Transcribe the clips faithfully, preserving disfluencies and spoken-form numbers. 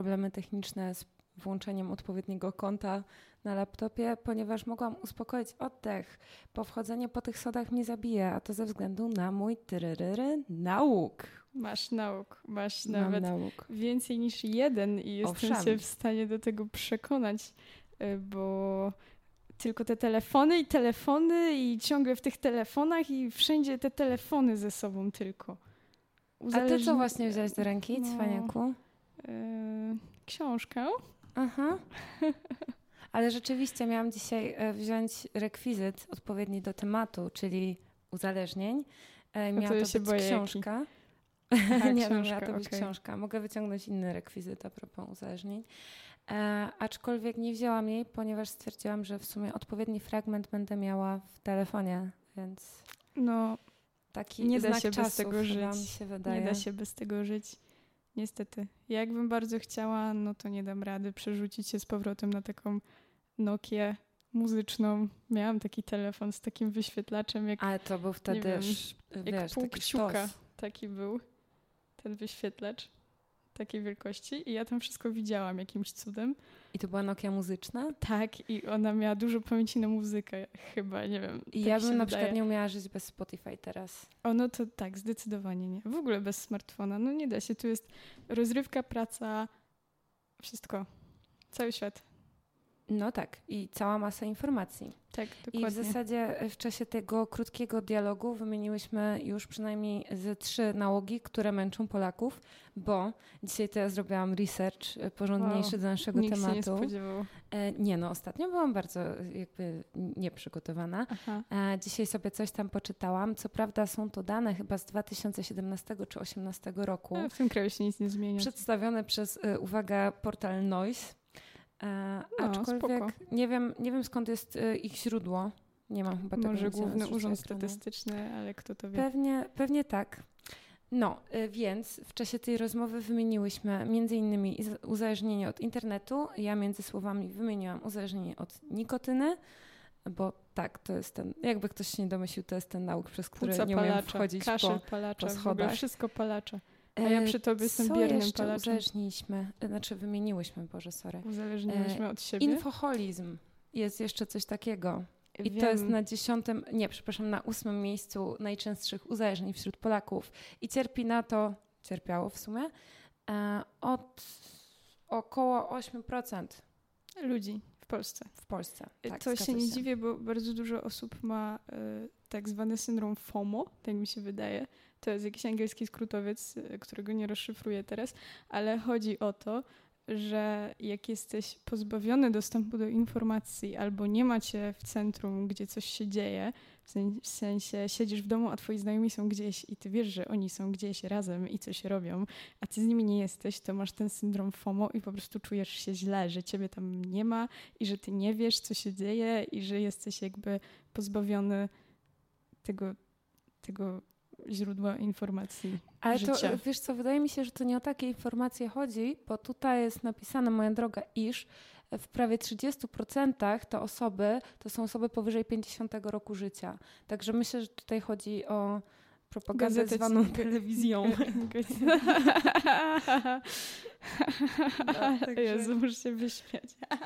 problemy techniczne z włączeniem odpowiedniego konta na laptopie, ponieważ mogłam uspokoić oddech, bo wchodzenie po tych schodach mnie zabije, a to ze względu na mój tyryryry nauk. Masz nauk, masz Mam nawet nauk. więcej niż jeden i jestem Owszem. się w stanie do tego przekonać, bo tylko te telefony i telefony i ciągle w tych telefonach i wszędzie te telefony ze sobą tylko. Uzależni... A ty co właśnie wziąłeś do ręki, no, cwaniaku? Yy, książkę. Aha. Ale rzeczywiście miałam dzisiaj wziąć rekwizyt odpowiedni do tematu, czyli uzależnień. Miała to, to być boję, książka. Aha, nie, książka, no, miała to być okay. książka. Mogę wyciągnąć inny rekwizyt a propos uzależnień. E, aczkolwiek nie wzięłam jej, ponieważ stwierdziłam, że w sumie odpowiedni fragment będę miała w telefonie, więc no, taki nie da znak się czasów, bez tego żyć. mi się wydaje. Nie da się bez tego żyć. Niestety. Jakbym bardzo chciała, no to nie dam rady przerzucić się z powrotem na taką Nokię muzyczną. Miałam taki telefon z takim wyświetlaczem, jak ale to był wtedy, wiem, wiesz, jak pół taki kciuka. sztos. Taki był ten wyświetlacz takiej wielkości i ja tam wszystko widziałam jakimś cudem. I to była Nokia muzyczna? Tak, i ona miała dużo pamięci na muzykę chyba, nie wiem. I tak ja bym na wydaje. przykład nie umiała żyć bez Spotify teraz. O, no to tak, zdecydowanie nie. W ogóle bez smartfona, no nie da się. Tu jest rozrywka, praca, wszystko. Cały świat. No tak, i cała masa informacji. Tak, dokładnie. I w zasadzie w czasie tego krótkiego dialogu wymieniłyśmy już przynajmniej ze trzy nałogi, które męczą Polaków, bo dzisiaj to ja zrobiłam research porządniejszy wow. do naszego Nikt tematu. Nikt się nie spodziewał. E, nie no, ostatnio byłam bardzo jakby nieprzygotowana. Aha. E, dzisiaj sobie coś tam poczytałam. Co prawda są to dane chyba z dwa tysiące siedemnastego czy osiemnastego roku. A w tym kraju się nic nie zmienia. Przedstawione przez, uwaga, portal Noise. E, no, aczkolwiek spoko. nie wiem, nie wiem skąd jest e, ich źródło. Nie mam chyba tego. Może Główny Urząd strony. Statystyczny, ale kto to wie. Pewnie, pewnie tak. No, e, więc w czasie tej rozmowy wymieniłyśmy między innymi uzależnienie od internetu. Ja między słowami wymieniłam uzależnienie od nikotyny, bo tak, to jest ten, jakby ktoś się nie domyślił, to jest ten nauk, przez który Płuca nie umiem palacza, wchodzić kaszel po, palacza, po w ogóle schodach. wszystko palacza. A ja przy tobie jestem Co biernym jeszcze palaczem. uzależniliśmy? Znaczy wymieniłyśmy, Boże, sorry. Uzależniłyśmy od siebie. Infoholizm. Jest jeszcze coś takiego. I Wiem. to jest na dziesiątym, nie, przepraszam, na ósmym miejscu najczęstszych uzależnień wśród Polaków. I cierpi na to, cierpiało w sumie, e, od około osiem procent ludzi w Polsce. w Polsce. Tak, to się zgadza nie dziwię, bo bardzo dużo osób ma y, tak zwany syndrom FOMO, tak mi się wydaje. To jest jakiś angielski skrótowiec, y, którego nie rozszyfruję teraz, ale chodzi o to, że jak jesteś pozbawiony dostępu do informacji albo nie macie w centrum, gdzie coś się dzieje, w sensie siedzisz w domu, a twoi znajomi są gdzieś i ty wiesz, że oni są gdzieś razem i coś robią, a ty z nimi nie jesteś, to masz ten syndrom FOMO i po prostu czujesz się źle, że ciebie tam nie ma i że ty nie wiesz, co się dzieje i że jesteś jakby pozbawiony tego, tego źródła informacji. Ale życia. to, wiesz co, wydaje mi się, że to nie o takie informacje chodzi, bo tutaj jest napisane, moja droga, iż w prawie trzydzieści procent to osoby, to są osoby powyżej pięćdziesiątego roku życia. Także myślę, że tutaj chodzi o propagandę Gazetę zwaną ci- telewizją. No, także... Jezu, muszę się wyśmiać.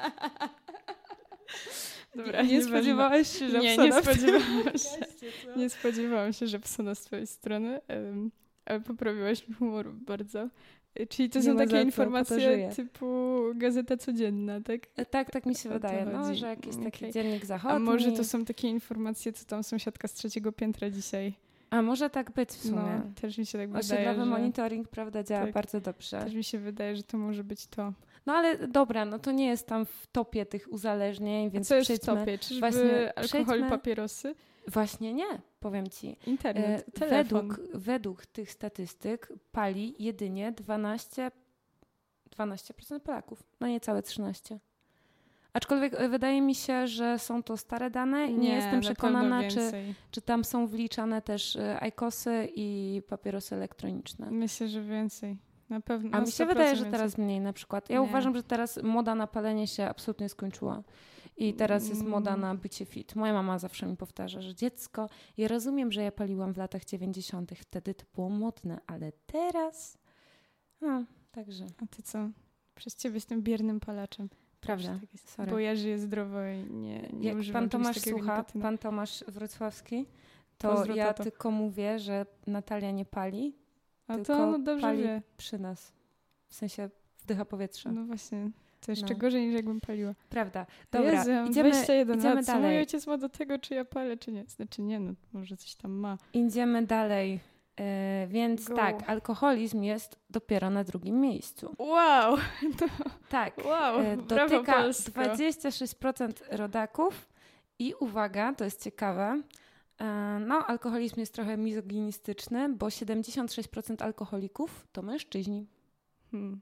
Dobra, nie, nie spodziewałaś się, że nie, nie spodziewałam się. Nie spodziewałam się, że psona z twojej strony, um, ale poprawiłaś mi humor bardzo. Czyli to nie są takie co, informacje typu Gazeta Codzienna, tak? Tak, tak mi się O wydaje, to no, chodzi. że jakiś taki Okej. dziennik zachodni. A może to są takie informacje, co tam sąsiadka z trzeciego piętra dzisiaj? A może tak być w sumie. No, też mi się tak wydaje, Osiedlowy że... monitoring, prawda, działa Tak. bardzo dobrze. Też mi się wydaje, że to może być to. No ale dobra, no to nie jest tam w topie tych uzależnień, więc A co jest przejdźmy. w topie? Czyżby właśnie, alkohol, przejdźmy- papierosy? Właśnie nie, powiem ci. Internet, E, telefon. Według, według tych statystyk pali jedynie dwanaście, dwanaście procent Polaków, no niecałe trzynaście procent. Aczkolwiek e, wydaje mi się, że są to stare dane i nie, nie jestem na przekonana, pewno czy, więcej. czy tam są wliczane też e, ajkosy i papierosy elektroniczne. Myślę, że więcej. Na pewno. A na mi się sto wydaje, procent że więcej. teraz mniej na przykład. Ja Nie. uważam, że teraz moda na palenie się absolutnie skończyła. I teraz jest moda Mm. na bycie fit. Moja mama zawsze mi powtarza, że dziecko, ja rozumiem, że ja paliłam w latach dziewięćdziesiątych. Wtedy to było modne, ale teraz... No, także... A ty co? Przez ciebie jestem biernym palaczem. Prawda, Tak jest, sorry. bo ja żyję zdrowo i nie, nie Jak używam pan czegoś Tomasz takiego słucha, nikotyny. pan Tomasz Wrocławski, to Pozdro, ja tato. tylko mówię, że Natalia nie pali, A tylko to no dobrze pali wie. przy nas. W sensie wdycha powietrze. No właśnie, to jeszcze No. gorzej niż jakbym paliła. Prawda. Dobra, Jezu, ja mam idziemy, dwadzieścia jeden idziemy lat. Co mój dalej. ojciec ma do tego, czy ja palę, czy nie? Znaczy nie, no może coś tam ma. Idziemy dalej. E, więc Go. tak, alkoholizm jest dopiero na drugim miejscu. Wow! To, Tak, wow, e, brawo dotyka Polsko. dwadzieścia sześć procent rodaków i uwaga, to jest ciekawe, e, no alkoholizm jest trochę mizoginistyczny, bo siedemdziesiąt sześć procent alkoholików to mężczyźni. Hmm.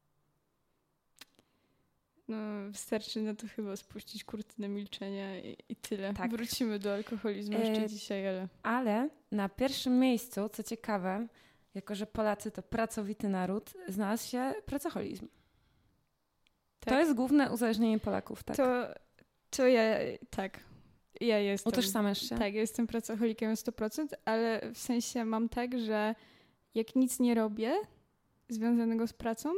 No wystarczy na to chyba spuścić kurtynę milczenia i, i tyle. Tak. Wrócimy do alkoholizmu E, jeszcze dzisiaj, ale... Ale na pierwszym miejscu, co ciekawe, jako że Polacy to pracowity naród, znalazł się pracoholizm. Tak. To jest główne uzależnienie Polaków, tak? To, to ja, tak, ja jestem. Utożsamiasz się? Tak, ja jestem pracocholikiem sto procent, ale w sensie mam tak, że jak nic nie robię związanego z pracą,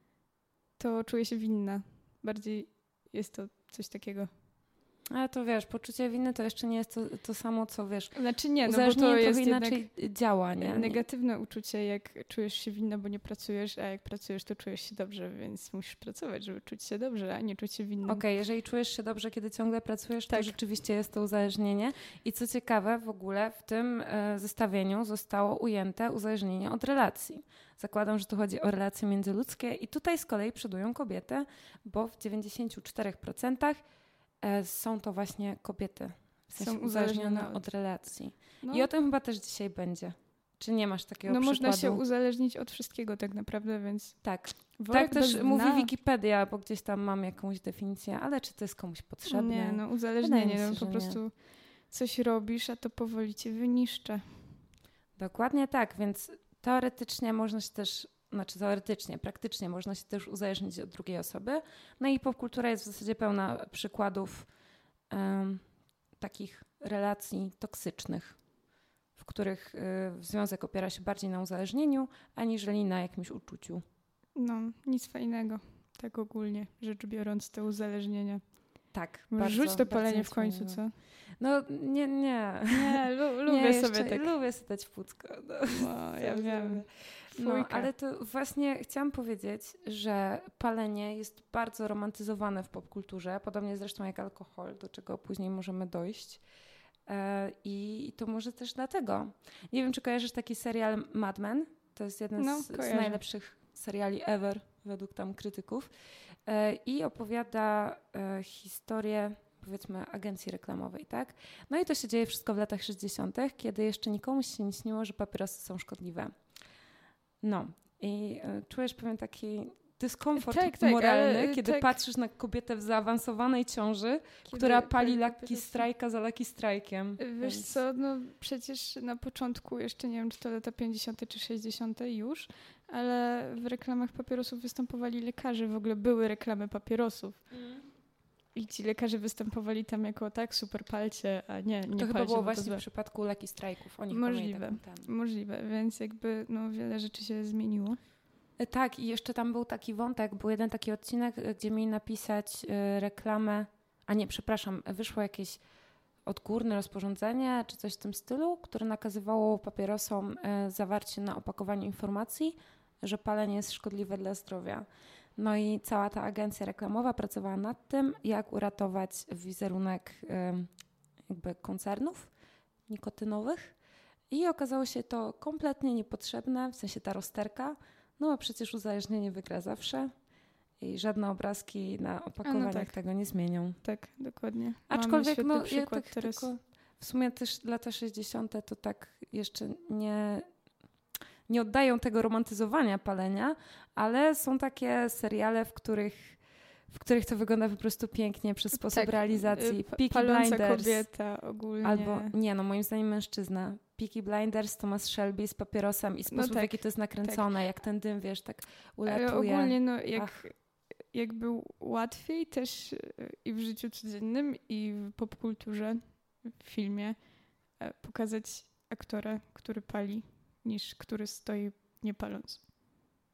to czuję się winna. Bardziej jest to coś takiego. Ale to wiesz, poczucie winy to jeszcze nie jest to, to samo, co wiesz, Znaczy nie, no bo uzależnienie to trochę jest inaczej jednak działa, nie? nie? negatywne uczucie, jak czujesz się winna, bo nie pracujesz, a jak pracujesz, to czujesz się dobrze, więc musisz pracować, żeby czuć się dobrze, a nie czuć się winnym. Okej, jeżeli czujesz się dobrze, kiedy ciągle pracujesz, Tak. to rzeczywiście jest to uzależnienie. I co ciekawe, w ogóle w tym e, zestawieniu zostało ujęte uzależnienie od relacji. Zakładam, że tu chodzi o relacje międzyludzkie i tutaj z kolei przodują kobiety, bo w dziewięćdziesiąt cztery procent e, są to właśnie kobiety. W sensie Są uzależnione uzależnione od, od- relacji. No. I o tym chyba też dzisiaj będzie. Czy nie masz takiego No przykładu? można się uzależnić od wszystkiego tak naprawdę, więc Tak, worek tak też bez mówi dna. Wikipedia, bo gdzieś tam mam jakąś definicję, ale czy to jest komuś potrzebne? Nie, no Wydaje mi uzależnienie, się, no że po nie. prostu coś robisz, a to powoli cię wyniszcza. Dokładnie tak, więc teoretycznie można się też, znaczy teoretycznie, praktycznie można się też uzależnić od drugiej osoby. No i popkultura jest w zasadzie pełna przykładów em, takich relacji toksycznych, w których y, związek opiera się bardziej na uzależnieniu, aniżeli na jakimś uczuciu. No, nic fajnego, tak ogólnie rzecz biorąc, te uzależnienia. Tak, Może bardzo, rzuć to bardzo palenie nic w końcu, fajnego. co? No nie, nie. Nie, lu- lubię nie, sobie jeszcze, tak. Lubię sobie dać płucko. No. No, ja Co wiem. zrobię? No, Fujka. ale to właśnie chciałam powiedzieć, że palenie jest bardzo romantyzowane w popkulturze, podobnie zresztą jak alkohol, do czego później możemy dojść. E, I to może też dlatego. Nie wiem, czy kojarzysz taki serial Mad Men? To jest jeden No, z, z kojarzę. najlepszych seriali ever, według tam krytyków. E, I opowiada e, historię, powiedzmy, agencji reklamowej, tak? No i to się dzieje wszystko w latach sześćdziesiątych, kiedy jeszcze nikomu się nie śniło, że papierosy są szkodliwe. No i e, czujesz pewien taki dyskomfort Tak, tak, moralny, ale, kiedy tak. patrzysz na kobietę w zaawansowanej ciąży, Kiedy która pali pali Lucky papierosy. Strike'a za Lucky Strike'iem. Wiesz Więc- co, no przecież na początku, jeszcze nie wiem, czy to lata pięćdziesiąte czy sześćdziesiąte już, ale w reklamach papierosów występowali lekarze, w ogóle były reklamy papierosów. I ci lekarze występowali tam jako tak, super palcie, a nie, nie To chyba palcie, było bo to właśnie złe. w przypadku Lucky Strike'ów. Oni Możliwe. chyba mieli taką ten. Możliwe, więc jakby no wiele rzeczy się zmieniło. E, Tak, i jeszcze tam był taki wątek, był jeden taki odcinek, e, gdzie mieli napisać e, reklamę, a nie, przepraszam, wyszło jakieś odgórne rozporządzenie, czy coś w tym stylu, które nakazywało papierosom e, zawarcie na opakowaniu informacji, że palenie jest szkodliwe dla zdrowia. No i cała ta agencja reklamowa pracowała nad tym, jak uratować wizerunek e, jakby koncernów nikotynowych. I okazało się to kompletnie niepotrzebne, w sensie ta rozterka, no bo przecież uzależnienie wygra zawsze i żadne obrazki na opakowaniach tak. tego nie zmienią. Tak, dokładnie. Aczkolwiek Mamy no, świetny ja przykład tak teraz. tylko w sumie też lata sześćdziesiąte to tak jeszcze nie, nie oddają tego romantyzowania palenia, ale są takie seriale, w których, w których to wygląda po prostu pięknie przez sposób Tak, realizacji. y, pa- Peaky paląca Blinders. kobieta ogólnie. Albo, nie no, moim zdaniem mężczyzna. Peaky Blinders, Thomas Shelby z papierosem i sposób, tak, w jaki to jest nakręcone, jak ten dym, wiesz, tak ulatuje. Ale ogólnie no jak, Ach. jakby łatwiej też y, i w życiu codziennym i w popkulturze, w filmie e, pokazać aktora, który pali, niż który stoi nie paląc.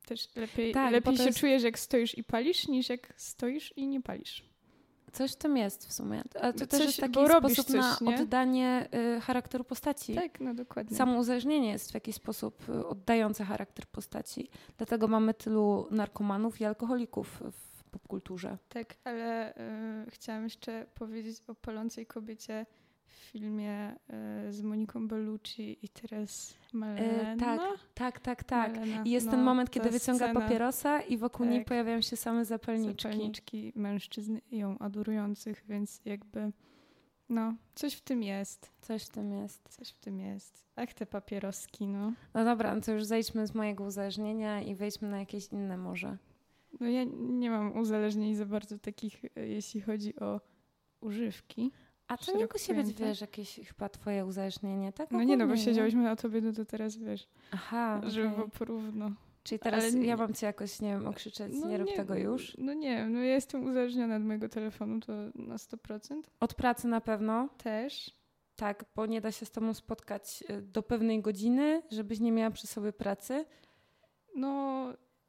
też lepiej, Tak, lepiej się jest... czujesz, jak stoisz i palisz, niż jak stoisz i nie palisz. Coś w tym jest w sumie. Ale to coś, też jest taki sposób coś, na nie? oddanie y, charakteru postaci. Tak, no dokładnie. Samo uzależnienie jest w jakiś sposób oddające charakter postaci. Dlatego mamy tylu narkomanów i alkoholików w popkulturze. Tak, ale y, chciałam jeszcze powiedzieć o palącej kobiecie w filmie y, z Moniką Bellucci i teraz Malena. Y, tak, tak, tak, tak. Malena. I jest no, ten moment, kiedy wyciąga scena. papierosa i wokół tak. niej pojawiają się same zapalniczki. Zapalniczki mężczyzn ją adorujących, więc jakby no, coś w tym jest. Coś w tym jest. Coś w tym jest. Ach, te papieroski, no. No dobra, no to już zejdźmy z mojego uzależnienia i wejdźmy na jakieś inne może. No ja nie mam uzależnień za bardzo takich, jeśli chodzi o używki. A to nie musi być, wiesz, jakieś chyba twoje uzależnienie, tak? No nie, no bo siedziałyśmy o tobie, no to teraz wiesz. Aha, żeby okay. było porówno. Czyli teraz Ale ja mam cię jakoś, nie wiem, okrzyczeć, no nie rób nie, tego już? No nie, no ja jestem uzależniona od mojego telefonu, to na sto procent. Od pracy na pewno? Też. Tak, bo nie da się z tobą spotkać do pewnej godziny, żebyś nie miała przy sobie pracy? No,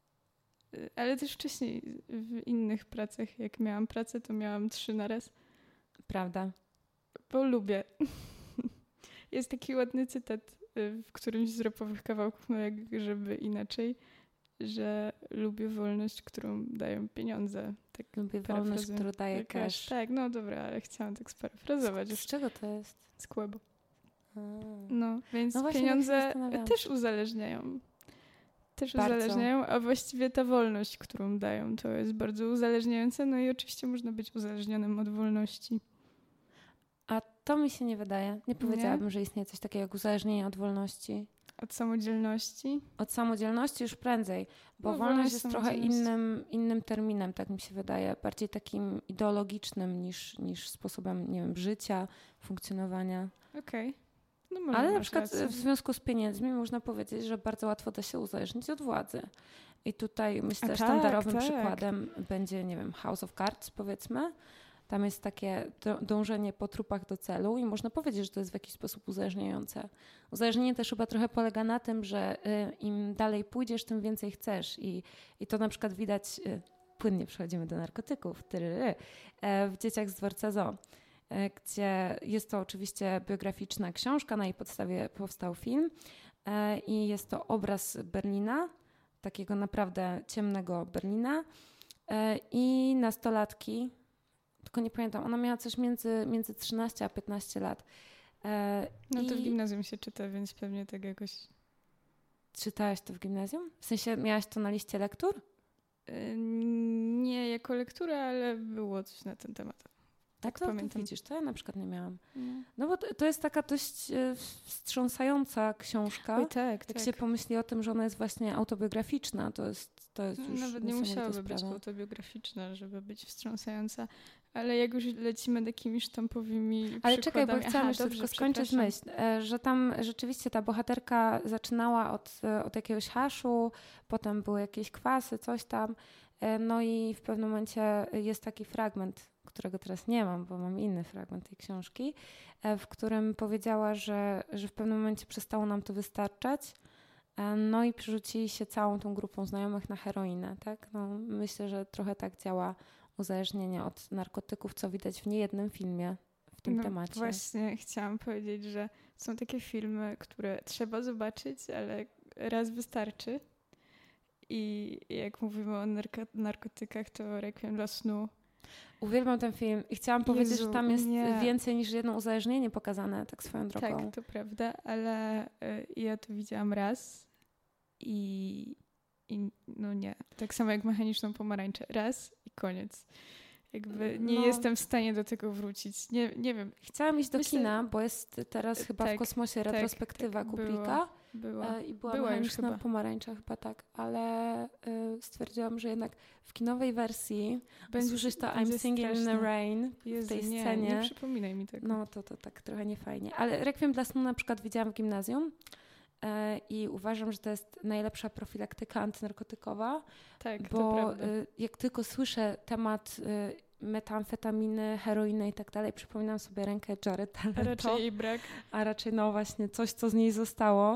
ale też wcześniej w innych pracach, jak miałam pracę, to miałam trzy na raz. Prawda. Bo lubię. Jest taki ładny cytat w którymś z rapowych kawałków, no jak żeby inaczej, że lubię wolność, którą dają pieniądze. Tak lubię wolność, którą daje cash. Tak, no dobra, ale chciałam tak sparafrazować. Z, z czego to jest? Z Kłębo. No, więc no pieniądze też uzależniają. Też bardzo. uzależniają, a właściwie ta wolność, którą dają, to jest bardzo uzależniające. No i oczywiście można być uzależnionym od wolności. A to mi się nie wydaje. Nie powiedziałabym, nie? że istnieje coś takiego jak uzależnienie od wolności. Od samodzielności? Od samodzielności już prędzej, bo no, wolność jest trochę innym, innym terminem, tak mi się wydaje. Bardziej takim ideologicznym niż, niż sposobem, nie wiem, życia, funkcjonowania. Okej. Okay. No, ale na przykład rację. W związku z pieniędzmi można powiedzieć, że bardzo łatwo da się uzależnić od władzy. I tutaj myślę, że tak, sztandarowym tak. przykładem będzie, nie wiem, House of Cards, powiedzmy. Tam jest takie dążenie po trupach do celu i można powiedzieć, że to jest w jakiś sposób uzależniające. Uzależnienie też chyba trochę polega na tym, że im dalej pójdziesz, tym więcej chcesz. I, i to na przykład widać, płynnie przechodzimy do narkotyków, tyryry, w Dzieciach z dworca Zoo, gdzie jest to oczywiście biograficzna książka, na jej podstawie powstał film i jest to obraz Berlina, takiego naprawdę ciemnego Berlina i nastolatki, tylko nie pamiętam, ona miała coś między, między trzynaście a piętnaście lat. No to I... w gimnazjum się czyta, więc pewnie tak jakoś... Czytałaś to w gimnazjum? W sensie miałaś to na liście lektur? Nie jako lektura, ale było coś na ten temat. Tak, to, pamiętam. To widzisz, to ja na przykład nie miałam. No, no bo to, to jest taka dość e, wstrząsająca książka. Oj, tak, Jak tak. się pomyśli o tym, że ona jest właśnie autobiograficzna, to jest, to jest już nawet nie musiałaby sprawa. być autobiograficzna, żeby być wstrząsająca. Ale jak już lecimy takimi sztampowymi Ale czekaj, bo Aha, chciałam jeszcze tylko skończyć myśl, że tam rzeczywiście ta bohaterka zaczynała od, od jakiegoś haszu, potem były jakieś kwasy, coś tam. No i w pewnym momencie jest taki fragment, którego teraz nie mam, bo mam inny fragment tej książki, w którym powiedziała, że, że w pewnym momencie przestało nam to wystarczać, no i przerzucili się całą tą grupą znajomych na heroinę. Tak? No, myślę, że trochę tak działa uzależnienie od narkotyków, co widać w niejednym filmie w tym no, temacie. Właśnie chciałam powiedzieć, że są takie filmy, które trzeba zobaczyć, ale raz wystarczy. I jak mówimy o narko- narkotykach, to Requiem dla snu. Uwielbiam ten film i chciałam powiedzieć, Jezu, że tam jest nie. więcej niż jedno uzależnienie pokazane, tak swoją drogą. Tak, to prawda, ale y, ja to widziałam raz i, i no nie. Tak samo jak Mechaniczną pomarańczę. Raz i koniec. Jakby nie no. jestem w stanie do tego wrócić. Nie, nie wiem. Chciałam iść do Myślę, kina, bo jest teraz chyba tak, w kosmosie retrospektywa tak, tak, Kublika. Była. I była, była Mechaniczna chyba. pomarańcza chyba tak, ale y, stwierdziłam, że jednak w kinowej wersji będzie słyszeć to I'm singing straszne. in the rain Jezu, w tej nie, scenie. Nie przypominaj mi tego. No to, to tak trochę niefajnie. Ale Requiem dla snu na przykład widziałam w gimnazjum y, i uważam, że to jest najlepsza profilaktyka antynarkotykowa. Tak, bo to prawda. Y, jak tylko słyszę temat y, metamfetaminy, heroiny i tak dalej, przypominam sobie rękę Jared Leto. A raczej jej brak. A raczej no właśnie coś, co z niej zostało.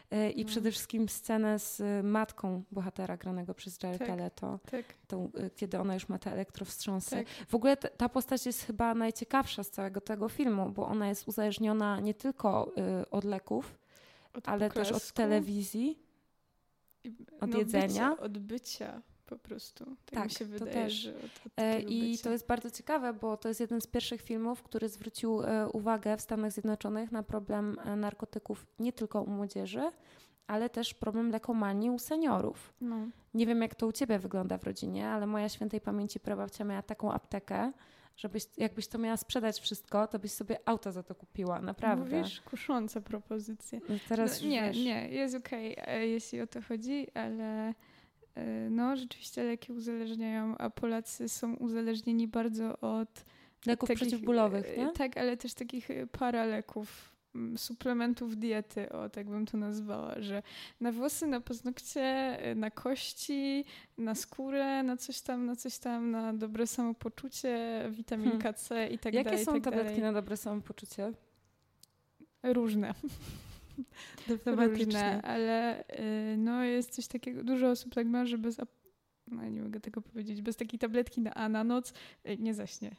I no. przede wszystkim scenę z matką bohatera granego przez Jared Leto, tak. tą, kiedy ona już ma te elektrowstrząsy. Tak. W ogóle t- ta postać jest chyba najciekawsza z całego tego filmu, bo ona jest uzależniona nie tylko y, od leków, od ale poklasku. Też od telewizji, od no, jedzenia. Bycia, od bycia po prostu. Tak, tak mi się wydaje, to też. Że od, od I bycia. to jest bardzo ciekawe, bo to jest jeden z pierwszych filmów, który zwrócił e, uwagę w Stanach Zjednoczonych na problem e, narkotyków nie tylko u młodzieży, ale też problem lekomanii u seniorów. No. Nie wiem, jak to u ciebie wygląda w rodzinie, ale moja świętej pamięci prababcia miała taką aptekę, żebyś, jakbyś to miała sprzedać wszystko, to byś sobie auto za to kupiła, naprawdę. Mówisz, kusząca propozycja. No teraz no, nie, wiesz. nie, jest okej, okay, jeśli o to chodzi, ale no rzeczywiście leki uzależniają, a Polacy są uzależnieni bardzo od leków takich, przeciwbólowych, nie? Tak, ale też takich paraleków, suplementów diety, o tak bym to nazwała, że na włosy, na paznokcie, na kości, na skórę, na coś tam, na coś tam, na dobre samopoczucie, witaminka hmm. C i tak Jakie dalej. Jakie są tak tabletki dalej. na dobre samopoczucie? Różne. Różne, ale y, no jest coś takiego, dużo osób tak ma, że bez, no nie mogę tego powiedzieć, bez takiej tabletki na, a na noc y, nie zaśnie.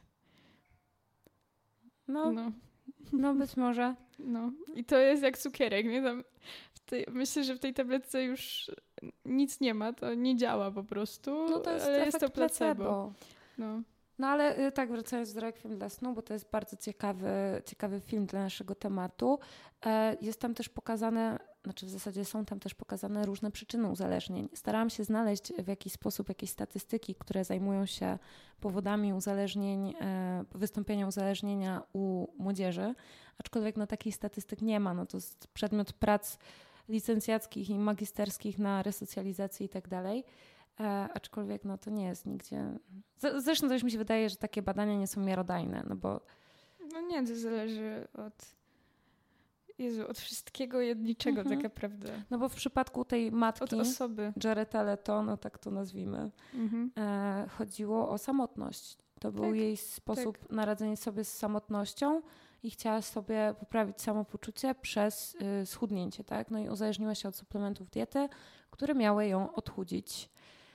No, no. no być może. No i to jest jak cukierek, nie? Tam w tej, myślę, że w tej tabletce już nic nie ma, to nie działa po prostu, no to jest ale jest to placebo. placebo. No. No ale tak, wracając do Requiem dla snu, bo to jest bardzo ciekawy, ciekawy film dla naszego tematu. Jest tam też pokazane, znaczy w zasadzie są tam też pokazane różne przyczyny uzależnień. Starałam się znaleźć w jakiś sposób jakieś statystyki, które zajmują się powodami uzależnień, wystąpienia uzależnienia u młodzieży, aczkolwiek no takich statystyk nie ma. No to jest przedmiot prac licencjackich i magisterskich na resocjalizację i tak dalej. E, aczkolwiek no to nie jest nigdzie... Zresztą też mi się wydaje, że takie badania nie są miarodajne, no bo... No nie, to zależy od... Jezu, od wszystkiego jedniczego mhm. tak naprawdę. No bo w przypadku tej matki... Od osoby. Jareda Leto, no tak to nazwijmy, mhm. e, chodziło o samotność. To był tak, jej sposób tak. na radzenie sobie z samotnością i chciała sobie poprawić samopoczucie przez y, schudnięcie, tak? No i uzależniła się od suplementów diety, które miały ją odchudzić.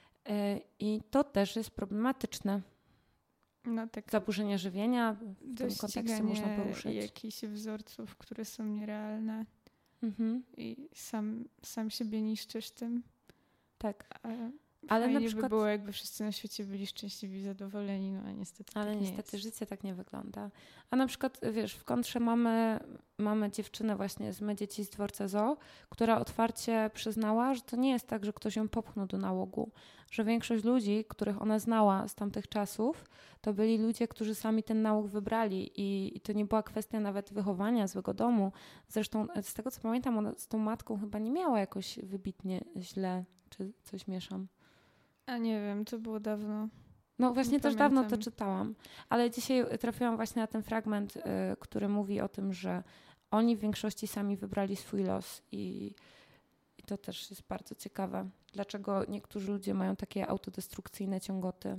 I to też jest problematyczne. No tak. Zaburzenia żywienia w tym kontekście można poruszyć. Jakichś wzorców, które są nierealne mhm. i sam, sam siebie niszczysz tym. Tak. A ale fajnie na przykład... by było, jakby wszyscy na świecie byli szczęśliwi i zadowoleni, no a niestety Ale tak niestety nie jest. życie tak nie wygląda. A na przykład, wiesz, w kontrze mamy, mamy dziewczynę właśnie z My Dzieci z Dworca Zoo, która otwarcie przyznała, że to nie jest tak, że ktoś ją popchnął do nałogu, że większość ludzi, których ona znała z tamtych czasów, to byli ludzie, którzy sami ten nałóg wybrali i, i to nie była kwestia nawet wychowania, złego domu. Zresztą z tego, co pamiętam, ona z tą matką chyba nie miała jakoś wybitnie źle, czy coś mieszam. A nie wiem, to było dawno. No właśnie nie też pamiętam. dawno to czytałam, ale dzisiaj trafiłam właśnie na ten fragment, y, który mówi o tym, że oni w większości sami wybrali swój los i, i to też jest bardzo ciekawe. Dlaczego niektórzy ludzie mają takie autodestrukcyjne ciągoty?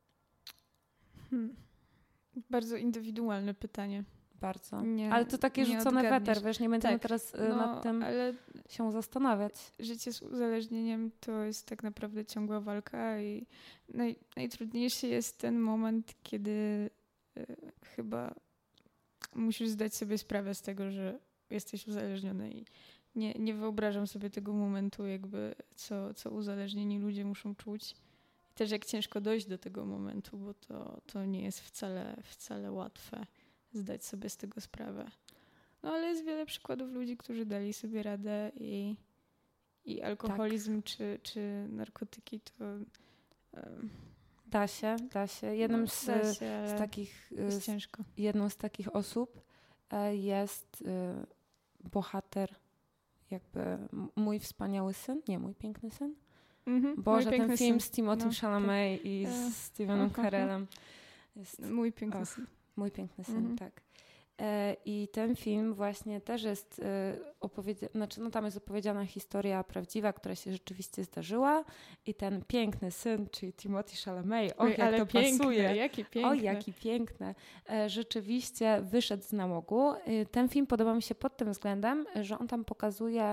Hmm. Bardzo indywidualne pytanie. Bardzo. Nie, ale to takie rzucone weter, wiesz, nie będziemy tak, teraz no, nad tym ale się zastanawiać. Życie z uzależnieniem to jest tak naprawdę ciągła walka i naj, najtrudniejszy jest ten moment, kiedy y, chyba musisz zdać sobie sprawę z tego, że jesteś uzależniony i nie, nie wyobrażam sobie tego momentu, jakby co, co uzależnieni ludzie muszą czuć. I też jak ciężko dojść do tego momentu, bo to, to nie jest wcale, wcale łatwe zdać sobie z tego sprawę. No ale jest wiele przykładów ludzi, którzy dali sobie radę i, i alkoholizm tak. czy, czy narkotyki to... Um, da się, da się. Jednym no, z, da się, z takich... Jest ciężko. Jedną z takich osób jest bohater, jakby mój wspaniały syn, nie, mój piękny syn. Mm-hmm, Boże, ten film syn. z Timothée no, Chalamet tak. i z Stevenem Carellem. Jest mój piękny och, syn. Mój piękny syn, mm-hmm. tak. E, I ten film właśnie też jest e, opowiedziana, znaczy no tam jest opowiedziana historia prawdziwa, która się rzeczywiście zdarzyła i ten piękny syn, czyli Timothée Chalamet, och, Oj, jak ale to piękne, pasuje. Jaki piękny. O, jaki piękny. E, rzeczywiście wyszedł z nałogu. E, ten film podoba mi się pod tym względem, że on tam pokazuje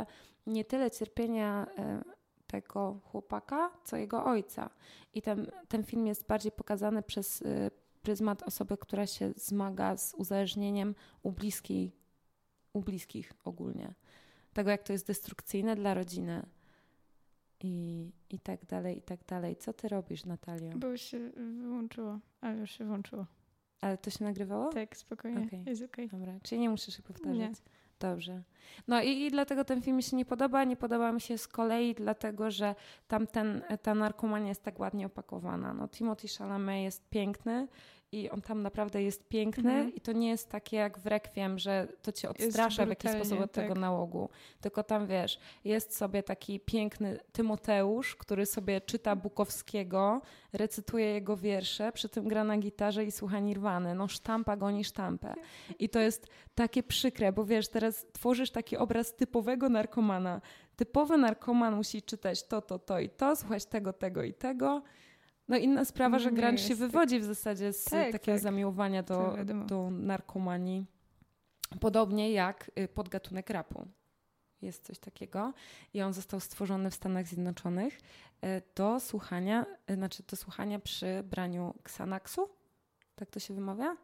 nie tyle cierpienia y, tego chłopaka, co jego ojca. I ten, ten film jest bardziej pokazany przez y, pryzmat osoby, która się zmaga z uzależnieniem u bliskiej, u bliskich ogólnie. Tego, jak to jest destrukcyjne dla rodziny. I, I tak dalej, i tak dalej. Co ty robisz, Natalio? Bo już się wyłączyło, ale już się włączyło. Ale to się nagrywało? Tak, spokojnie, okay. Jest okej. Okay. Dobra, czyli nie muszę się powtarzać. Nie. Dobrze. No i, i dlatego ten film mi się nie podoba. Nie podoba mi się z kolei dlatego, że tam ten, ta narkomania jest tak ładnie opakowana. No Timothée Chalamet jest piękny i on tam naprawdę jest piękny mm. i to nie jest takie jak w Requiem, że to cię odstrasza w jakiś sposób od tak. tego nałogu. Tylko tam wiesz, jest sobie taki piękny Tymoteusz, który sobie czyta Bukowskiego, recytuje jego wiersze, przy tym gra na gitarze i słucha Nirwany. No sztampa goni sztampę. I to jest takie przykre, bo wiesz, teraz tworzysz taki obraz typowego narkomana. Typowy narkoman musi czytać to, to, to i to, słuchać tego, tego i tego. No inna sprawa, że grunge się wywodzi tak. w zasadzie z tak, takiego tak. zamiłowania do, do narkomanii. Podobnie jak podgatunek rapu. Jest coś takiego i on został stworzony w Stanach Zjednoczonych do słuchania, znaczy do słuchania przy braniu Xanaxu. Tak to się wymawia?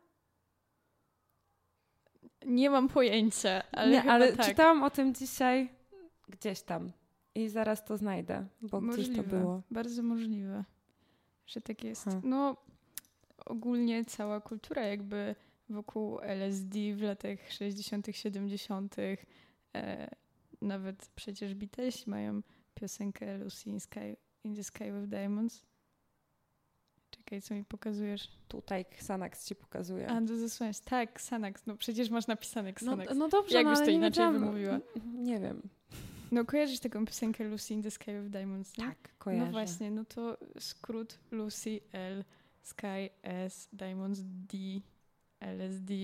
Nie mam pojęcia, ale Nie, ale tak. czytałam o tym dzisiaj gdzieś tam i zaraz to znajdę, bo możliwe, gdzieś to było. Bardzo możliwe, że tak jest. Hmm. No ogólnie cała kultura jakby wokół L S D w latach sześćdziesiątych, siedemdziesiątych E, nawet przecież Beatlesi mają piosenkę Lucy in, Sky, in the Sky with Diamonds. Czekaj, co mi pokazujesz? Tutaj Xanax ci pokazuje. A, to zasłaniasz. Tak, Xanax. No przecież masz napisane Xanax. No, no dobrze, Jakbyś no, to nie inaczej wiedziałam. wymówiła? Nie wiem. No kojarzysz taką piosenkę Lucy in the Sky with Diamonds, nie? Tak, kojarzę. No właśnie, no to skrót Lucy, L, Sky, S, Diamonds, D, L S D.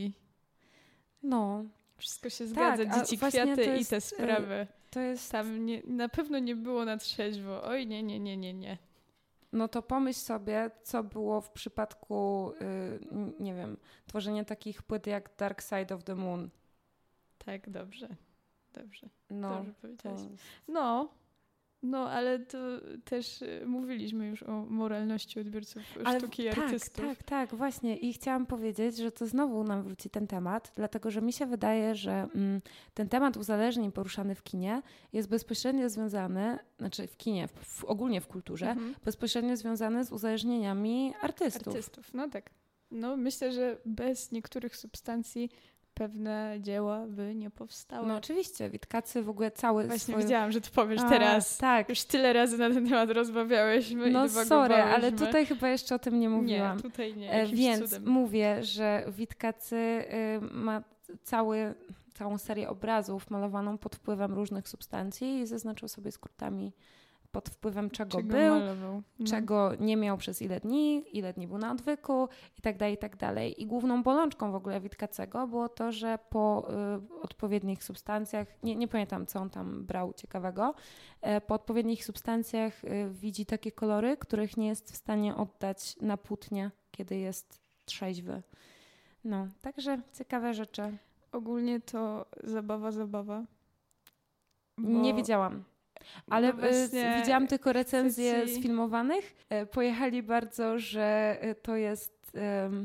No. Wszystko się zgadza. Tak, dzieci, kwiaty jest, i te sprawy. To jest... Tam nie, na pewno nie było na trzeźwo. Oj, nie, nie, nie, nie, nie. No to pomyśl sobie, co było w przypadku, yy, nie wiem, tworzenia takich płyt jak Dark Side of the Moon. Tak, dobrze. Dobrze. No, dobrze powiedziałaś. To... No, no, ale to też mówiliśmy już o moralności odbiorców ale sztuki i tak, artystów. Tak, tak, właśnie. I chciałam powiedzieć, że to znowu nam wróci ten temat, dlatego że mi się wydaje, że mm, ten temat uzależnień poruszany w kinie jest bezpośrednio związany, znaczy w kinie, w, w, ogólnie w kulturze, mhm. bezpośrednio związany z uzależnieniami artystów. Artystów, no tak. No myślę, że bez niektórych substancji pewne dzieła by nie powstały. No oczywiście, Witkacy w ogóle cały Właśnie swój... widziałam, że to powiesz A, teraz. Tak. Już tyle razy na ten temat rozmawiałyśmy no i No sorry, ale tutaj chyba jeszcze o tym nie mówiłam. Nie, tutaj nie. E, więc cudem. mówię, że Witkacy y, ma cały, całą serię obrazów malowaną pod wpływem różnych substancji i zaznaczył sobie skrótami pod wpływem czego, czego był, malował. No. czego nie miał przez ile dni, ile dni był na odwyku i tak dalej, i tak dalej. I główną bolączką w ogóle Witkacego było to, że po y, odpowiednich substancjach, nie, nie pamiętam co on tam brał ciekawego, y, po odpowiednich substancjach y, widzi takie kolory, których nie jest w stanie oddać na płótnie, kiedy jest trzeźwy. No, także ciekawe rzeczy. Ogólnie to zabawa, zabawa. Bo... Nie wiedziałam. Ale no właśnie, widziałam tylko recenzje ci... sfilmowanych. Pojechali bardzo, że to jest um,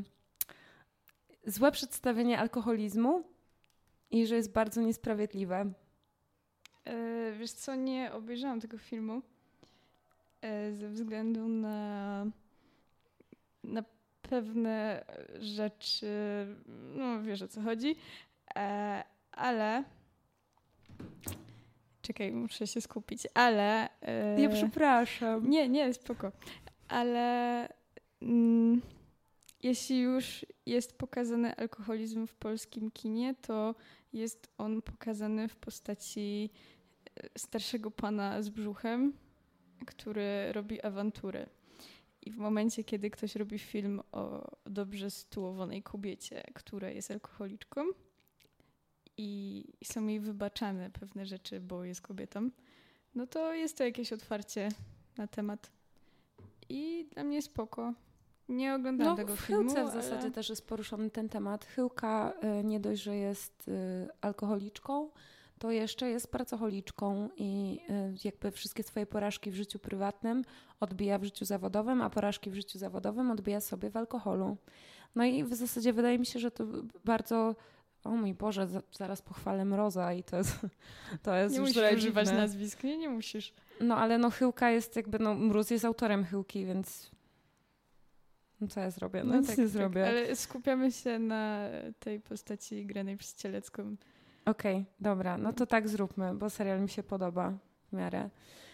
złe przedstawienie alkoholizmu i że jest bardzo niesprawiedliwe. E, wiesz co, nie obejrzałam tego filmu e, ze względu na, na pewne rzeczy, no wiesz o co chodzi, e, ale... Czekaj, muszę się skupić, ale... Yy... Ja przepraszam. Nie, nie, spoko. Ale mm, jeśli już jest pokazany alkoholizm w polskim kinie, to jest on pokazany w postaci starszego pana z brzuchem, który robi awanturę. I w momencie, kiedy ktoś robi film o dobrze sytuowanej kobiecie, która jest alkoholiczką, i są jej wybaczane pewne rzeczy, bo jest kobietą, no to jest to jakieś otwarcie na temat. I dla mnie spoko. Nie oglądałam no, tego w filmu, Chyłce w ale... zasadzie też jest poruszony ten temat. Chyłka y, nie dość, że jest y, alkoholiczką, to jeszcze jest pracocholiczką i jakby wszystkie swoje porażki w życiu prywatnym odbija w życiu zawodowym, a porażki w życiu zawodowym odbija sobie w alkoholu. No i w zasadzie wydaje mi się, że to bardzo... O mój Boże, zaraz pochwalę Mroza i to jest, to jest nie już musisz używać dziwne. nazwisk, nie, nie musisz. No ale no Chyłka jest jakby, no Mróz jest autorem Chyłki, więc no co ja zrobię? No, no nic tak, nie tak, zrobię. Ale skupiamy się na tej postaci granej przez Cielecką. Okej, okay, dobra, no to tak zróbmy, bo serial mi się podoba w miarę.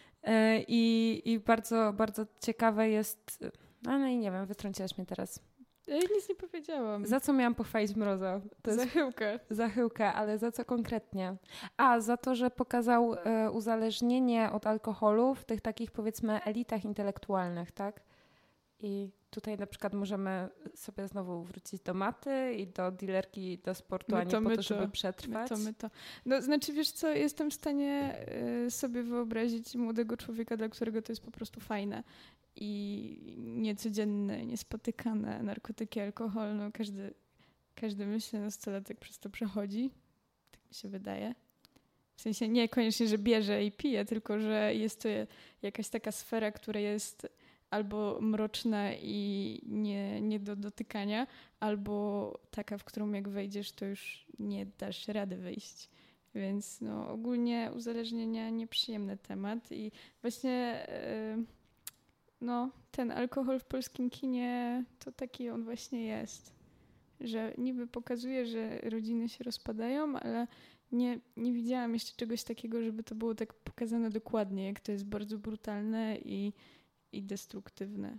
I, i bardzo, bardzo ciekawe jest, no i nie wiem, wytrąciłaś mnie teraz. Ja nic nie powiedziałam. Za co miałam pochwalić Mroza? To za Chyłkę. Za Chyłkę, ale za co konkretnie? A, za to, że pokazał e, uzależnienie od alkoholu w tych takich, powiedzmy, elitach intelektualnych, tak? I tutaj na przykład możemy sobie znowu wrócić do maty i do dealerki, do sportu, a nie po to, to, żeby przetrwać. My to, my to. No, znaczy, wiesz co, jestem w stanie y, sobie wyobrazić młodego człowieka, dla którego to jest po prostu fajne. I niecodzienne, niespotykane narkotyki, alkohol, no każdy, każdy myślę nastolatek przez to przechodzi, tak mi się wydaje. W sensie nie koniecznie, że bierze i pije, tylko że jest to jakaś taka sfera, która jest albo mroczna i nie, nie do dotykania, albo taka, w którą jak wejdziesz, to już nie dasz rady wyjść. Więc no ogólnie uzależnienia nieprzyjemny temat i właśnie... Yy, No, ten alkohol w polskim kinie to taki on właśnie jest, że niby pokazuje, że rodziny się rozpadają, ale nie, nie widziałam jeszcze czegoś takiego, żeby to było tak pokazane dokładnie, jak to jest bardzo brutalne i, i destruktywne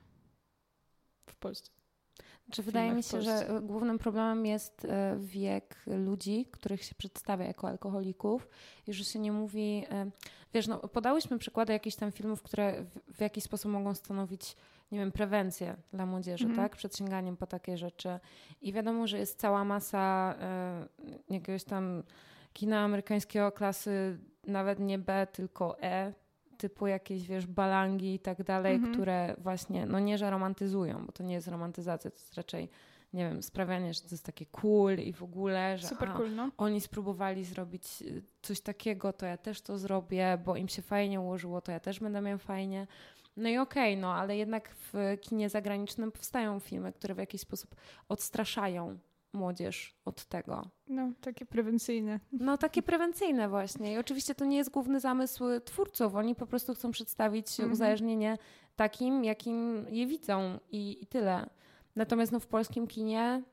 w Polsce. Czy wydaje mi się, że głównym problemem jest wiek ludzi, których się przedstawia jako alkoholików i że się nie mówi, wiesz, no podałyśmy przykłady jakichś tam filmów, które w, w jakiś sposób mogą stanowić, nie wiem, prewencję dla młodzieży, mm. tak? Przed sięganiem po takie rzeczy. I wiadomo, że jest cała masa y, jakiegoś tam kina amerykańskiego klasy nawet nie B, tylko E, typu jakieś, wiesz, balangi i tak dalej, mm-hmm. które właśnie, no nie, że romantyzują, bo to nie jest romantyzacja, to jest raczej, nie wiem, sprawianie, że to jest takie cool i w ogóle, że super a, cool, no. oni spróbowali zrobić coś takiego, to ja też to zrobię, bo im się fajnie ułożyło, to ja też będę miał fajnie. No i okej, okay, no ale jednak w kinie zagranicznym powstają filmy, które w jakiś sposób odstraszają młodzież od tego. No, takie prewencyjne. No, takie prewencyjne właśnie. I oczywiście to nie jest główny zamysł twórców. Oni po prostu chcą przedstawić mm-hmm. uzależnienie takim, jakim je widzą i, i tyle. Natomiast no, w polskim kinie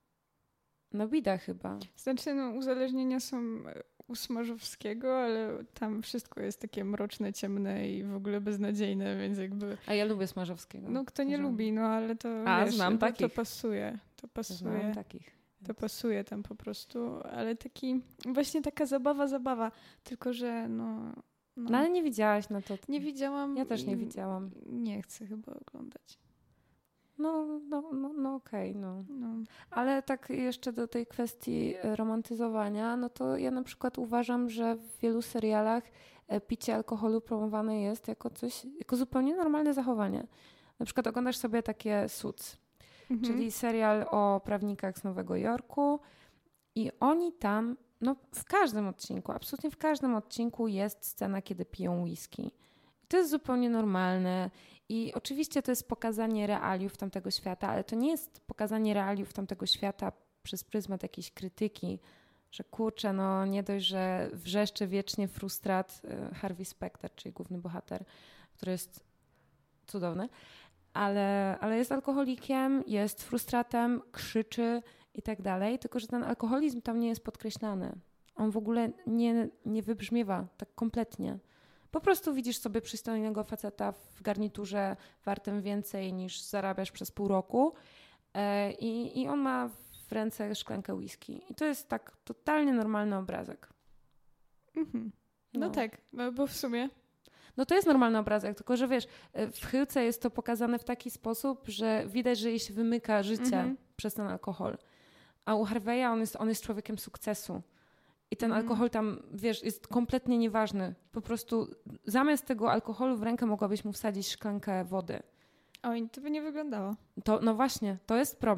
no bida chyba. Znaczy, no uzależnienia są u Smarzowskiego, ale tam wszystko jest takie mroczne, ciemne i w ogóle beznadziejne, więc jakby... A ja lubię Smarzowskiego. No kto nie że... lubi, no ale to A, wiesz, znam to, takich. to pasuje. To pasuje. Znam takich. To pasuje tam po prostu, ale taki, właśnie taka zabawa, zabawa, tylko że no... No, no ale nie widziałaś na to. Nie widziałam. Ja też nie widziałam. Nie chcę chyba oglądać. No, no, no, no okej, okay, no. no. Ale tak jeszcze do tej kwestii romantyzowania, no to ja na przykład uważam, że w wielu serialach picie alkoholu promowane jest jako coś, jako zupełnie normalne zachowanie. Na przykład oglądasz sobie takie Suits, mhm. czyli serial o prawnikach z Nowego Jorku i oni tam, no w każdym odcinku, absolutnie w każdym odcinku jest scena, kiedy piją whisky. To jest zupełnie normalne i oczywiście to jest pokazanie realiów tamtego świata, ale to nie jest pokazanie realiów tamtego świata przez pryzmat jakiejś krytyki, że kurczę, no nie dość, że wrzeszczy wiecznie frustrat Harvey Specter, czyli główny bohater, który jest cudowny, ale, ale jest alkoholikiem, jest frustratem, krzyczy i tak dalej, tylko że ten alkoholizm tam nie jest podkreślany. On w ogóle nie, nie wybrzmiewa tak kompletnie. Po prostu widzisz sobie przystojnego faceta w garniturze wartym więcej niż zarabiasz przez pół roku e, i, i on ma w ręce szklankę whisky. I to jest tak totalnie normalny obrazek. Mhm. No, no tak, no bo w sumie... No to jest normalny obrazek, tylko że wiesz, w Chyłce jest to pokazane w taki sposób, że widać, że jej się wymyka życie mhm. przez ten alkohol. A u Harveya on jest, on jest człowiekiem sukcesu. I ten mm. alkohol tam, wiesz, jest kompletnie nieważny. Po prostu zamiast tego alkoholu w rękę mogłabyś mu wsadzić szklankę wody. Oj, to by nie wyglądało. To, no właśnie, to jest problem.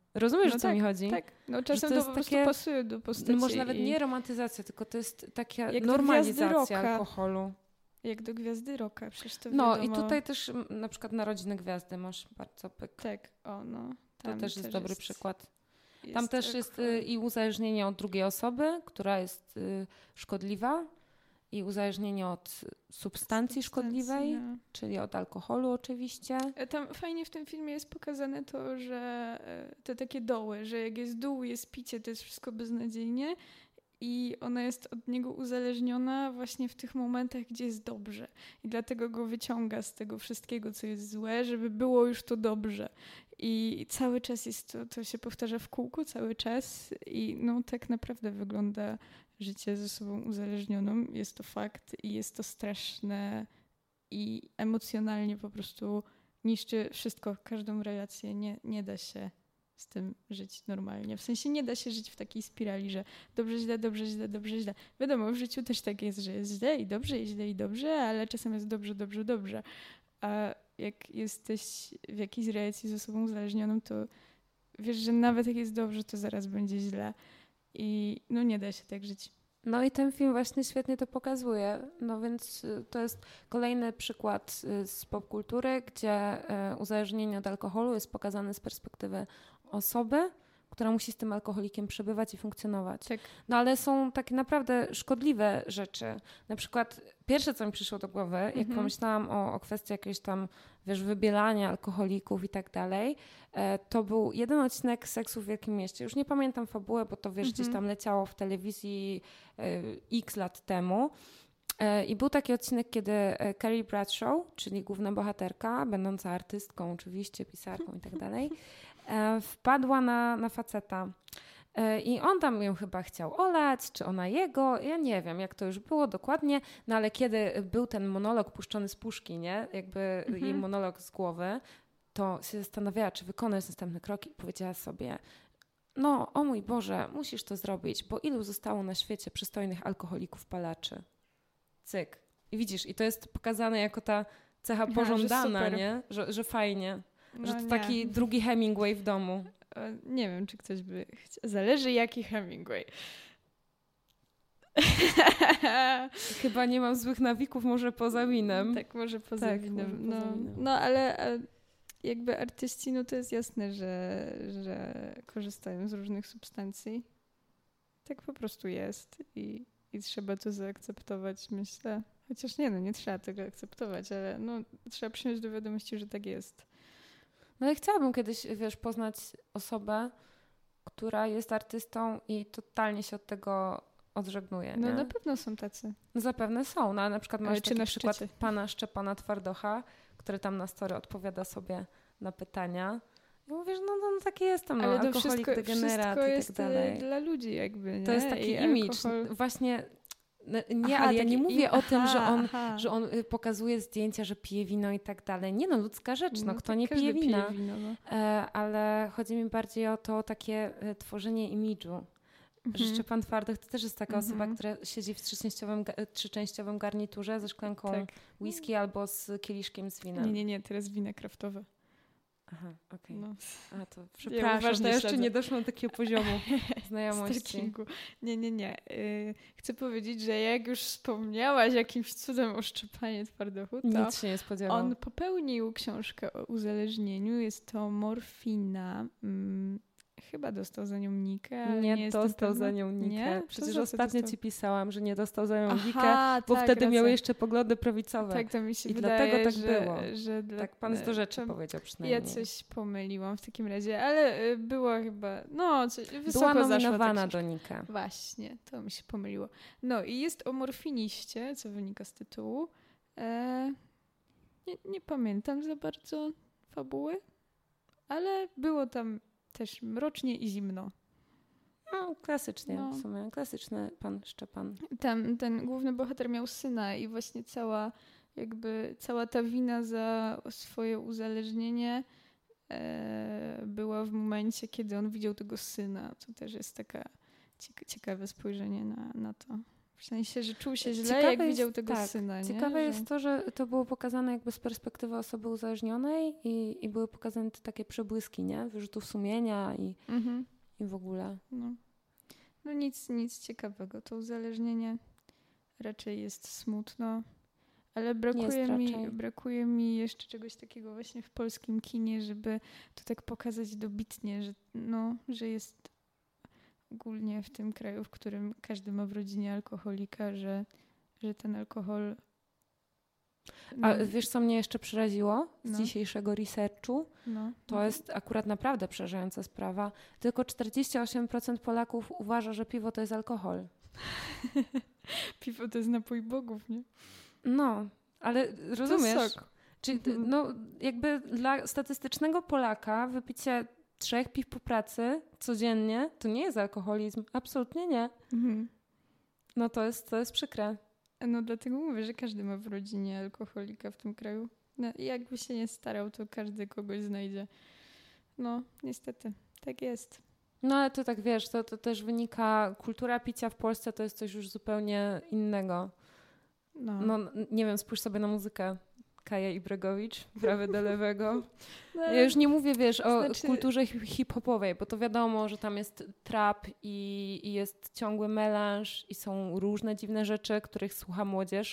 Rozumiesz, no o co tak, mi chodzi? Tak, no czasem to, to, jest po prostu takie, pasuje do postaci. No może nawet i... nie romantyzacja, tylko to jest taka Jak normalizacja alkoholu. Jak do Gwiazdy Rocka, przecież to No wiadomo. i tutaj też m, na przykład Narodziny Gwiazdy masz bardzo pyk. Tak, o no. To też jest dobry jest, przykład. jest Tam też jest y, i uzależnienie od drugiej osoby, która jest y, szkodliwa, i uzależnienie od substancji, substancji szkodliwej, no. Czyli od alkoholu oczywiście. Tam fajnie w tym filmie jest pokazane to, że te takie doły, że jak jest dół, jest picie, to jest wszystko beznadziejnie i ona jest od niego uzależniona właśnie w tych momentach, gdzie jest dobrze. I dlatego go wyciąga z tego wszystkiego, co jest złe, żeby było już to dobrze. I cały czas jest to, to się powtarza w kółku, cały czas i no tak naprawdę wygląda życie ze sobą uzależnioną. Jest to fakt i jest to straszne i emocjonalnie po prostu niszczy wszystko, każdą relację. Nie, nie da się z tym żyć normalnie. W sensie nie da się żyć w takiej spirali, że dobrze, źle, dobrze, źle, dobrze, źle. Wiadomo, w życiu też tak jest, że jest źle i dobrze, i źle, i dobrze, ale czasem jest dobrze, dobrze, dobrze. A jak jesteś w jakiejś relacji ze sobą uzależnioną, to wiesz, że nawet jak jest dobrze, to zaraz będzie źle. I no nie da się tak żyć. No i ten film właśnie świetnie to pokazuje. No więc to jest kolejny przykład z popkultury, gdzie uzależnienie od alkoholu jest pokazane z perspektywy osoby, która musi z tym alkoholikiem przebywać i funkcjonować. Tak. No ale są takie naprawdę szkodliwe rzeczy. Na przykład pierwsze, co mi przyszło do głowy, jak mhm. pomyślałam o, o kwestii jakiegoś tam, wiesz, wybielania alkoholików i tak dalej, to był jeden odcinek Seksu w Wielkim Mieście. Już nie pamiętam fabuły, bo to, wiesz, mhm. gdzieś tam leciało w telewizji x lat temu. I był taki odcinek, kiedy Carrie Bradshaw, czyli główna bohaterka, będąca artystką oczywiście, pisarką i tak dalej, wpadła na, na faceta. I on tam ją chyba chciał olać, czy ona jego, ja nie wiem, jak to już było dokładnie, no ale kiedy był ten monolog puszczony z puszki, nie, jakby mhm. jej monolog z głowy, to się zastanawiała, czy wykonać następny krok i powiedziała sobie, no o mój Boże, musisz to zrobić, bo ilu zostało na świecie przystojnych alkoholików palaczy? Cyk. I widzisz, i to jest pokazane jako ta cecha pożądana, że nie? Że, że fajnie. No że to nie. taki drugi Hemingway w domu. Nie wiem, czy ktoś by chciał. Zależy jaki Hemingway. Chyba nie mam złych nawyków, może poza winem. Tak, może poza tak, winem. może no, poza winem. no ale jakby artyści, no to jest jasne, że, że korzystają z różnych substancji. Tak po prostu jest i, i trzeba to zaakceptować, myślę. Chociaż nie, no nie trzeba tego akceptować, ale no, trzeba przyjąć do wiadomości, że tak jest. No ja chciałabym kiedyś, wiesz, poznać osobę, która jest artystą i totalnie się od tego odżegnuje. No nie? na pewno są tacy. No zapewne są, no ale na przykład masz ale taki na przykład szczycie? pana Szczepana Twardocha, który tam na story odpowiada sobie na pytania. I mówisz, no, no, no taki jestem, no, ale to alkoholik, wszystko, degenerat wszystko i jest tak dalej. dla ludzi jakby, nie? To jest taki I imidż. alkohol... Właśnie... Nie, aha, ale ja nie im... mówię o tym, aha, że on, aha. że on pokazuje zdjęcia, że pije wino i tak dalej. Nie no, ludzka rzecz, no, no kto tak nie pije wina. Pije wino, no. e, ale chodzi mi bardziej o to takie e, tworzenie imidżu. Mhm. Że Szczepan Twardych to też jest taka mhm. osoba, która siedzi w trzyczęściowym, trzyczęściowym garniturze ze szklanką tak. whisky albo z kieliszkiem z winem. Nie, nie, nie, teraz wina kraftowe. Aha, okej. Okay. No. A to przepraszam, ja, ja jeszcze nie doszłam do takiego poziomu znajomości. Nie, nie, nie. Yy, chcę powiedzieć, że jak już wspomniałaś jakimś cudem o Szczepanie Twardochu, to nic się nie spodziewał. On popełnił książkę o uzależnieniu. Jest to morfina. Hmm, chyba dostał za nią Nikę. Ale nie, nie dostał za nią Nikę. Nie? Przecież ostatnio dostał? Ci pisałam, że nie dostał za nią Nikę, Aha, bo tak, wtedy racja. miał jeszcze poglądy prawicowe. Tak, to mi się I wydaje, dlatego tak że, było. Że dla... Tak pan z do rzeczy to... powiedział przynajmniej. Ja coś pomyliłam w takim razie, ale była chyba, no, coś, wysoko była zaszła nominowana do Nikę. Właśnie, to mi się pomyliło. No i jest o morfiniście, co wynika z tytułu. E... Nie, nie pamiętam za bardzo fabuły, ale było tam też mrocznie i zimno. No, klasycznie no. w sumie, klasyczny pan Szczepan. Tam ten główny bohater miał syna i właśnie cała jakby cała ta wina za swoje uzależnienie e, była w momencie, kiedy on widział tego syna. To też jest taka cieka- ciekawe spojrzenie na, na to W sensie, że czuł się źle, Ciekawe jak jest, widział tego tak, syna, nie? Ciekawe że... jest to, że to było pokazane jakby z perspektywy osoby uzależnionej i, i były pokazane te takie przebłyski, nie? Wyrzutów sumienia i, Mhm. i w ogóle. No. no nic, nic ciekawego. To uzależnienie raczej jest smutno, ale brakuje mi, raczej. brakuje mi jeszcze czegoś takiego właśnie w polskim kinie, żeby to tak pokazać dobitnie, że, no, że jest ogólnie w tym kraju, w którym każdy ma w rodzinie alkoholika, że, że ten alkohol... No, A wiesz, co mnie jeszcze przeraziło z No. dzisiejszego researchu? no, To no. jest akurat naprawdę przerażająca sprawa. Tylko czterdzieści osiem procent Polaków uważa, że piwo to jest alkohol. Piwo to jest napój bogów, nie? No, ale rozumiesz? To sok. Czyli Mhm. no, jakby dla statystycznego Polaka wypicie trzech piw po pracy codziennie to nie jest alkoholizm. Absolutnie nie. Mhm. No to jest, to jest przykre. No dlatego mówię, że każdy ma w rodzinie alkoholika w tym kraju. No, i jakby się nie starał, to każdy kogoś znajdzie. No, niestety, tak jest. No ale to tak wiesz, to, to też wynika, kultura picia w Polsce to jest coś już zupełnie innego. No, No nie wiem, spójrz sobie na muzykę. Kaja Ibregowicz, prawy do lewego. no Ja już nie mówię, wiesz, o znaczy... kulturze hip- hip-hopowej, bo to wiadomo, że tam jest trap i, i jest ciągły melanż i są różne dziwne rzeczy, których słucha młodzież.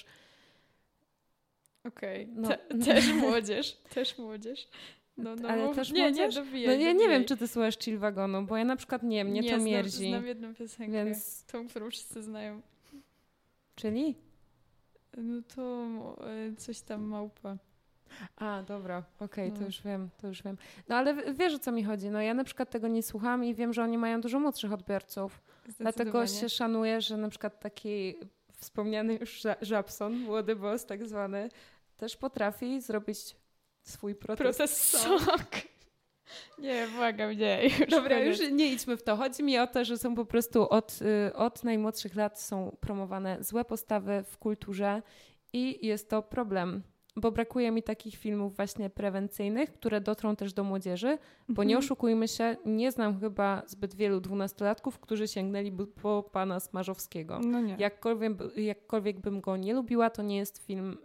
Okej, No. Te, też młodzież, też młodzież. No, no, Ale mów... też nie, młodzież? nie, dobijaj, No ja nie dobijaj. wiem, czy ty słuchasz Chill Wagonu, bo ja na przykład nie, mnie nie, to znam, mierdzi. znam jedną piosenkę, Więc... tą, którą wszyscy znają. Czyli? No to e, coś tam małpa. A, dobra, okej, No. to już wiem, to już wiem. No ale w- wiesz, o co mi chodzi. No ja na przykład tego nie słucham i wiem, że oni mają dużo młodszych odbiorców. Dlatego Zdecydowanie. się szanuję, że na przykład taki wspomniany już Ża- Żabson, młody boss tak zwany, też potrafi zrobić swój protest. Protest sok. Nie, błagam, nie. Już Dobra, koniec. już nie idźmy w to. Chodzi mi o to, że są po prostu od, y, od najmłodszych lat są promowane złe postawy w kulturze i jest to problem. Bo brakuje mi takich filmów właśnie prewencyjnych, które dotrą też do młodzieży, bo nie Mhm. oszukujmy się, nie znam chyba zbyt wielu dwunastolatków, którzy sięgnęli po pana Smarzowskiego. No nie. Jakkolwiek, jakkolwiek bym go nie lubiła, to nie jest film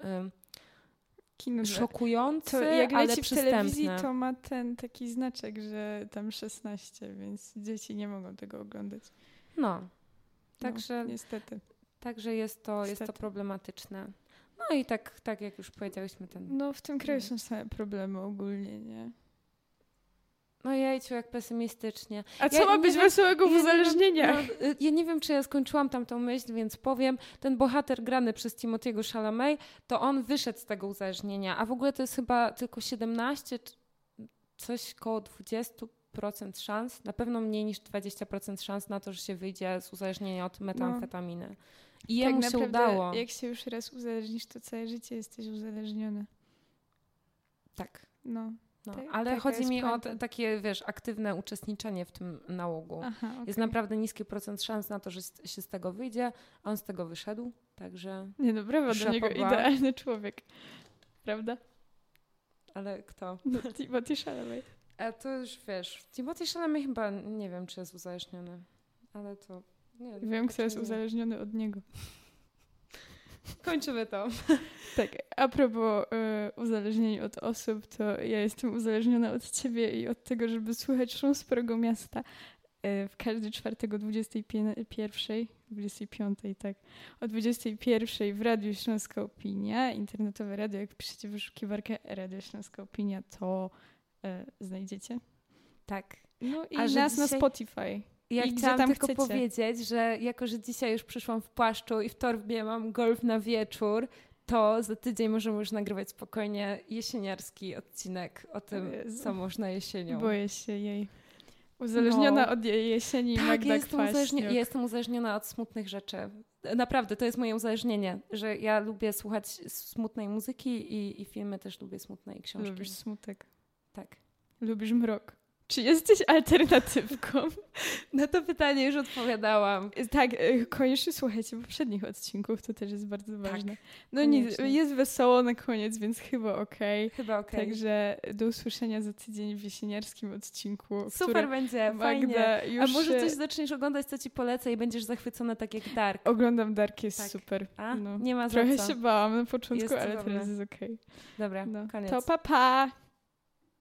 Kino y, szokujący, to jak ale leci w przystępny. telewizji, to ma ten taki znaczek, że tam szesnaście, więc dzieci nie mogą tego oglądać. No, także, No, niestety. także jest, to, jest to Niestety. problematyczne. No i tak, tak jak już powiedziałyśmy, ten... No w tym kraju No. są same problemy ogólnie, nie? No jejciu, jak pesymistycznie. A co Ja ma nie być wiem- wesołego w Ja nie wiem, uzależnieniach? no, y, ja nie wiem, czy ja skończyłam tam tą myśl, więc powiem. Ten bohater grany przez Timothy'ego Chalamet, to on wyszedł z tego uzależnienia, a w ogóle to jest chyba tylko siedemnaście, czy coś koło dwadzieścia procent szans, na pewno mniej niż dwadzieścia procent szans na to, że się wyjdzie z uzależnienia od metamfetaminy. I tak jemu się naprawdę, udało. jak się już raz uzależnisz, to całe życie jesteś uzależniony. Tak. No. No, Tak, ale taka chodzi jest mi o puenta. t- takie, wiesz, aktywne uczestniczenie w tym nałogu. Aha, okej. Jest naprawdę niski procent szans na to, że s- się z tego wyjdzie, a on z tego wyszedł, także... Nie no, brawo do niego, Szapoba. idealny człowiek. Prawda? Ale kto? No, Timothy Chalamet. A to już wiesz, Timothy Chalamet chyba, nie wiem, czy jest uzależniony, ale to... Nie, Wiem, kto jest nie. uzależniony od niego. Kończymy to. Tak, a propos y, uzależnień od osób, to ja jestem uzależniona od ciebie i od tego, żeby słuchać szum sporego miasta y, w każdy czwartek o dwudziestej pierwszej, dwudziestej piątej, tak, o dwudziestej pierwszej w Radiu Śląska Opinia, internetowe radio, jak piszecie wyszukiwarkę Radio Śląska Opinia, to y, znajdziecie. Tak. No i A że nas na dzisiaj- Spotify. Ja I gdzie chciałam tam tylko chcecie. powiedzieć, że jako, że dzisiaj już przyszłam w płaszczu i w torbie mam golf na wieczór, to za tydzień możemy już nagrywać spokojnie jesieniarski odcinek o tym, Jezu. co można jesienią. Boję się jej. Uzależniona No. od jej jesieni Tak, Magda ja jestem, uzależni- Kwaśniok. ja jestem uzależniona od smutnych rzeczy. Naprawdę, to jest moje uzależnienie, że ja lubię słuchać smutnej muzyki i, i filmy też lubię smutne i książki. Lubisz smutek. Tak. Lubisz mrok. Czy jesteś alternatywką? Na to pytanie już odpowiadałam. Tak, koniecznie słuchajcie poprzednich odcinków, to też jest bardzo ważne. Tak, no nic, jest wesoło na koniec, więc chyba okej. Okay. Chyba okej. Okay. Także do usłyszenia za tydzień w jesieniarskim odcinku. Super będzie, Magda fajnie. Już... A może coś zaczniesz oglądać, co ci polecę i będziesz zachwycona tak jak Dark. Oglądam Dark, jest tak. super. A? No. Nie ma za Trochę co. się bałam na początku, jest ale cudowne. teraz jest okej. Okay. Dobra, no. koniec. To pa pa!